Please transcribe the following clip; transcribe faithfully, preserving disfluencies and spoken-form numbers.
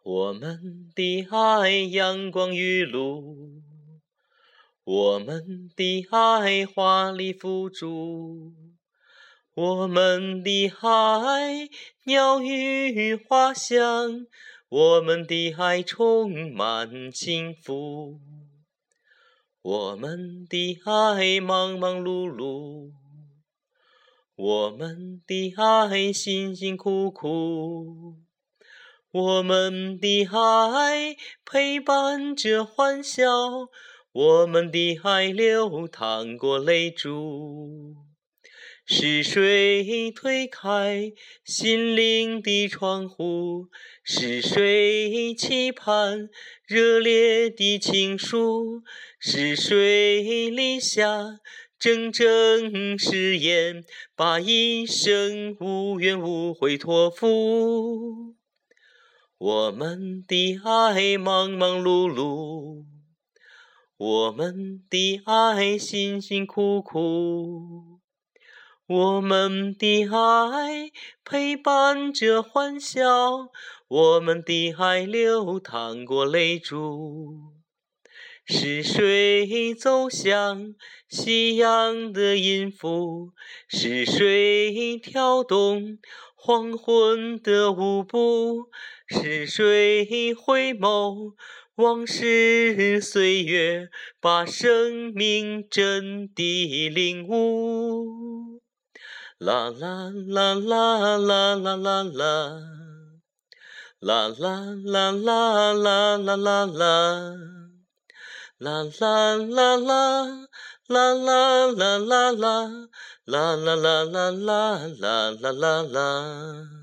我们的爱阳光雨露，我们的爱华丽付诸，我们的爱鸟语花香，我们的爱充满幸福，我们的爱忙忙碌碌，我们的爱辛辛苦苦，我们的爱陪伴着欢笑，我们的爱流淌过泪珠。是谁推开心灵的窗户？是谁期盼热烈的情书？是谁立下铮铮誓言，把一生无怨无悔托付？我们的爱忙忙碌碌，我们的爱辛辛苦苦，我们的爱陪伴着欢笑，我们的爱流淌过泪珠。是谁走向夕阳的音符？是谁跳动黄昏的舞步？是谁回眸往事岁月，把生命真谛领悟？啦啦啦啦啦啦啦啦，啦啦啦啦啦啦啦啦，啦啦啦啦啦啦啦啦啦啦啦啦啦啦啦啦啦。